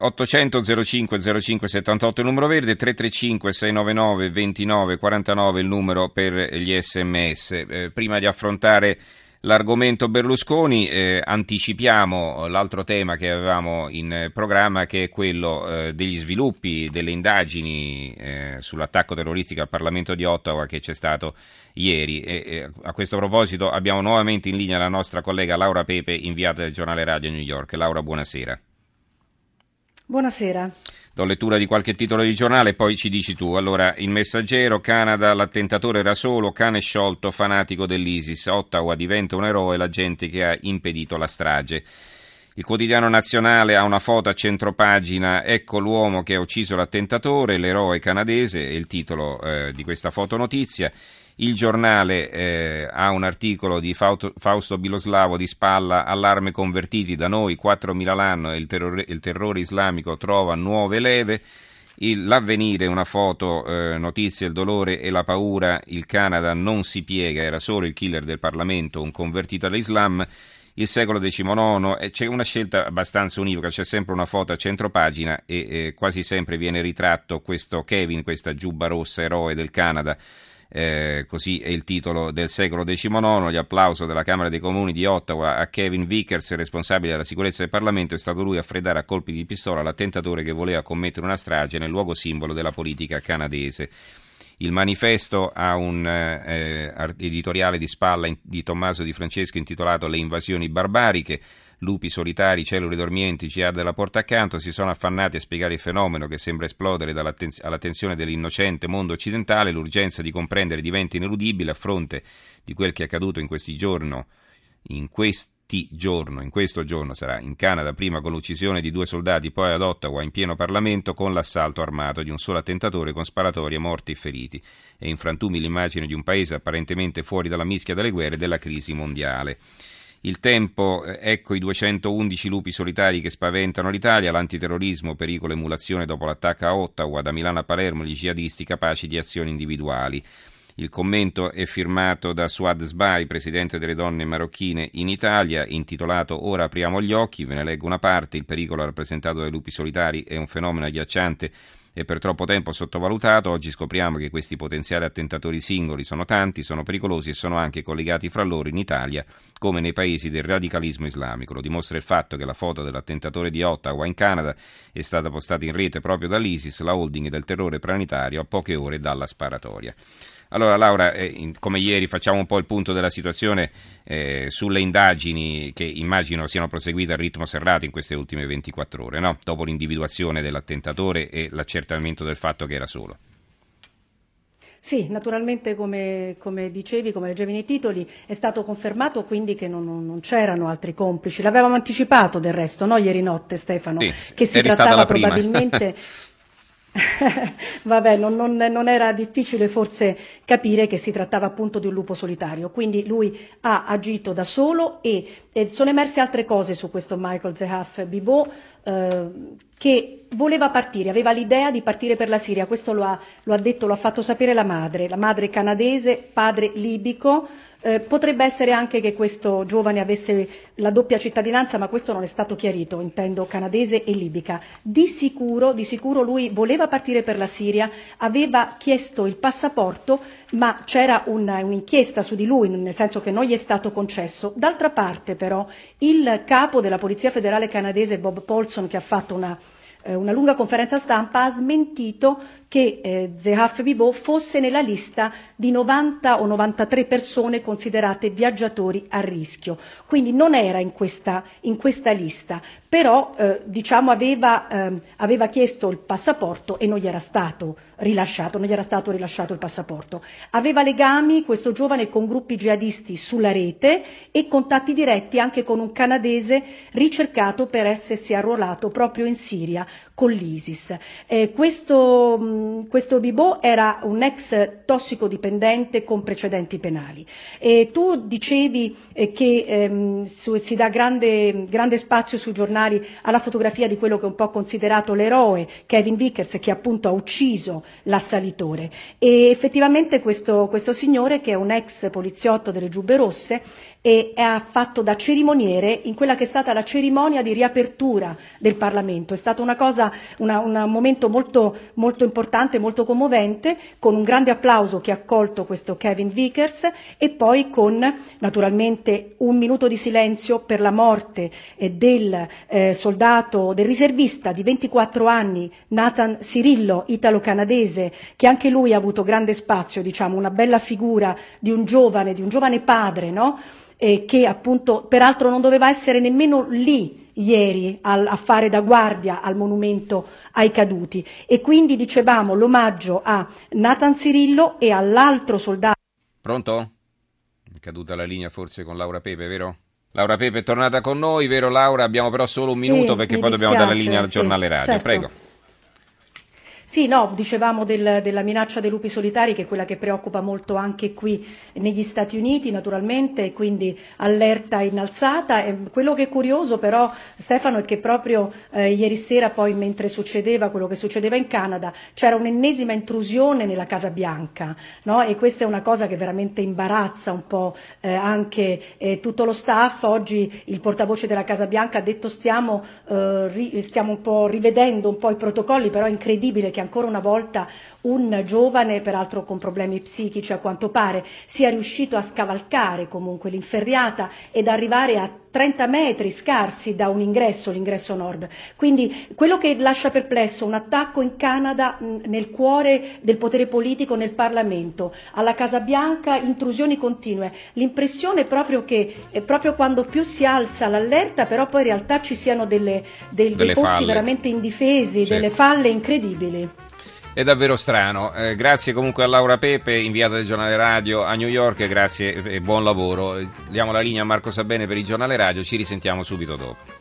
800 05 05 78 il numero verde, 335 699 29 49 il numero per gli sms. Prima di affrontare l'argomento Berlusconi, anticipiamo l'altro tema che avevamo in programma, che è quello degli sviluppi delle indagini sull'attacco terroristico al Parlamento di Ottawa che c'è stato ieri. A questo proposito abbiamo nuovamente in linea la nostra collega Laura Pepe, inviata del giornale radio New York. Laura, buonasera. Buonasera. Do lettura di qualche titolo di giornale e poi ci dici tu. Allora, Il Messaggero, Canada, l'attentatore era solo, cane sciolto, fanatico dell'ISIS. Ottawa diventa un eroe, la gente che ha impedito la strage. Il Quotidiano Nazionale ha una foto a centropagina, ecco l'uomo che ha ucciso l'attentatore, l'eroe canadese, è il titolo di questa fotonotizia. Il Giornale ha un articolo di Fausto Biloslavo di Spalla, allarme convertiti da noi, 4.000 l'anno e il terrore islamico trova nuove leve. L'Avvenire, una foto, notizie, il dolore e la paura, il Canada non si piega, era solo il killer del Parlamento, un convertito all'Islam. Il Secolo XIX, c'è una scelta abbastanza univoca, c'è sempre una foto a centropagina e quasi sempre viene ritratto questo Kevin, questa giubba rossa, eroe del Canada. Così è il titolo del Secolo XIX. Gli applauso della Camera dei Comuni di Ottawa a Kevin Vickers, responsabile della sicurezza del Parlamento. È stato lui a freddare a colpi di pistola l'attentatore che voleva commettere una strage nel luogo simbolo della politica canadese. Il Manifesto ha un editoriale di Spalla di Tommaso Di Francesco intitolato Le invasioni barbariche. Lupi solitari, cellule dormienti, jihad della porta accanto si sono affannati a spiegare il fenomeno che sembra esplodere all'attenzione dell'innocente mondo occidentale. L'urgenza di comprendere diventa ineludibile a fronte di quel che è accaduto in questo giorno sarà in Canada, prima con l'uccisione di 2 soldati, poi ad Ottawa in pieno Parlamento con l'assalto armato di un solo attentatore con sparatorie, morti e feriti. E in frantumi l'immagine di un paese apparentemente fuori dalla mischia delle guerre e della crisi mondiale. Il Tempo, ecco i 211 lupi solitari che spaventano l'Italia, l'antiterrorismo, pericolo emulazione dopo l'attacco a Ottawa, da Milano a Palermo gli jihadisti capaci di azioni individuali. Il commento è firmato da Suad Sbai, presidente delle donne marocchine in Italia, intitolato Ora apriamo gli occhi, ve ne leggo una parte. Il pericolo rappresentato dai lupi solitari è un fenomeno agghiacciante e per troppo tempo sottovalutato. Oggi scopriamo che questi potenziali attentatori singoli sono tanti, sono pericolosi e sono anche collegati fra loro in Italia come nei paesi del radicalismo islamico. Lo dimostra il fatto che la foto dell'attentatore di Ottawa in Canada è stata postata in rete proprio dall'ISIS, la holding del terrore planetario, a poche ore dalla sparatoria. Allora Laura, come ieri facciamo un po' il punto della situazione sulle indagini che immagino siano proseguite a ritmo serrato in queste ultime 24 ore, no? Dopo l'individuazione dell'attentatore e l'accertamento del fatto che era solo. Sì, naturalmente come dicevi, come leggevi nei titoli, è stato confermato quindi che non c'erano altri complici. L'avevamo anticipato del resto, no? Ieri notte, Stefano, sì, che si trattava probabilmente... Vabbè, non era difficile forse capire che si trattava appunto di un lupo solitario, quindi lui ha agito da solo e sono emerse altre cose su questo Michael Zehaf Bibeau, che voleva partire, aveva l'idea di partire per la Siria. Questo lo ha detto, lo ha fatto sapere la madre canadese, padre libico. Potrebbe essere anche che questo giovane avesse la doppia cittadinanza, ma questo non è stato chiarito, intendo canadese e libica. Di sicuro lui voleva partire per la Siria, aveva chiesto il passaporto, ma c'era un'inchiesta su di lui, nel senso che non gli è stato concesso. D'altra parte però il capo della Polizia Federale canadese, Bob Paulson, che ha fatto una lunga conferenza stampa, ha smentito che Zehaf Bibeau fosse nella lista di 90 o 93 persone considerate viaggiatori a rischio. Quindi non era in questa lista, però aveva chiesto il passaporto e non gli era stato rilasciato il passaporto. Aveva legami, questo giovane, con gruppi jihadisti sulla rete e contatti diretti anche con un canadese ricercato per essersi arruolato proprio in Siria con l'ISIS. Questo Bibeau era un ex tossicodipendente con precedenti penali. Tu dicevi che si dà grande spazio sui giornali alla fotografia di quello che è un po' considerato l'eroe, Kevin Vickers, che appunto ha ucciso l'assalitore. E effettivamente questo signore, che è un ex poliziotto delle Giubbe Rosse, e ha fatto da cerimoniere in quella che è stata la cerimonia di riapertura del Parlamento. È stato un momento molto, molto importante, molto commovente, con un grande applauso che ha accolto questo Kevin Vickers e poi con naturalmente un minuto di silenzio per la morte del soldato, del riservista di 24 anni, Nathan Cirillo, italo-canadese, che anche lui ha avuto grande spazio, diciamo, una bella figura di un giovane padre, no? Che appunto peraltro non doveva essere nemmeno lì ieri a fare da guardia al monumento ai caduti, e quindi dicevamo l'omaggio a Nathan Cirillo e all'altro soldato. Pronto? È caduta la linea forse con Laura Pepe, vero? Laura Pepe è tornata con noi, vero Laura? Abbiamo però solo un minuto perché poi dobbiamo dare la linea al giornale radio. Certo. Prego. Sì, no, dicevamo della minaccia dei lupi solitari, che è quella che preoccupa molto anche qui negli Stati Uniti, naturalmente, e quindi allerta innalzata. E quello che è curioso però, Stefano, è che proprio ieri sera, poi mentre succedeva quello che succedeva in Canada, c'era un'ennesima intrusione nella Casa Bianca, no? E questa è una cosa che veramente imbarazza un po' anche tutto lo staff. Oggi il portavoce della Casa Bianca ha detto stiamo un po' rivedendo un po' i protocolli, però è incredibile che ancora una volta un giovane, peraltro con problemi psichici a quanto pare, sia riuscito a scavalcare comunque l'inferriata ed arrivare a 30 metri scarsi da un l'ingresso nord. Quindi quello che lascia perplesso, un attacco in Canada nel cuore del potere politico, nel Parlamento, alla Casa Bianca, intrusioni continue. L'impressione è proprio che proprio quando più si alza l'allerta, però poi in realtà ci siano dei posti falle veramente indifesi, sì, delle falle incredibili. È davvero strano. Grazie comunque a Laura Pepe, inviata del giornale radio a New York, grazie e buon lavoro. Diamo la linea a Marco Sabene per il giornale radio, ci risentiamo subito dopo.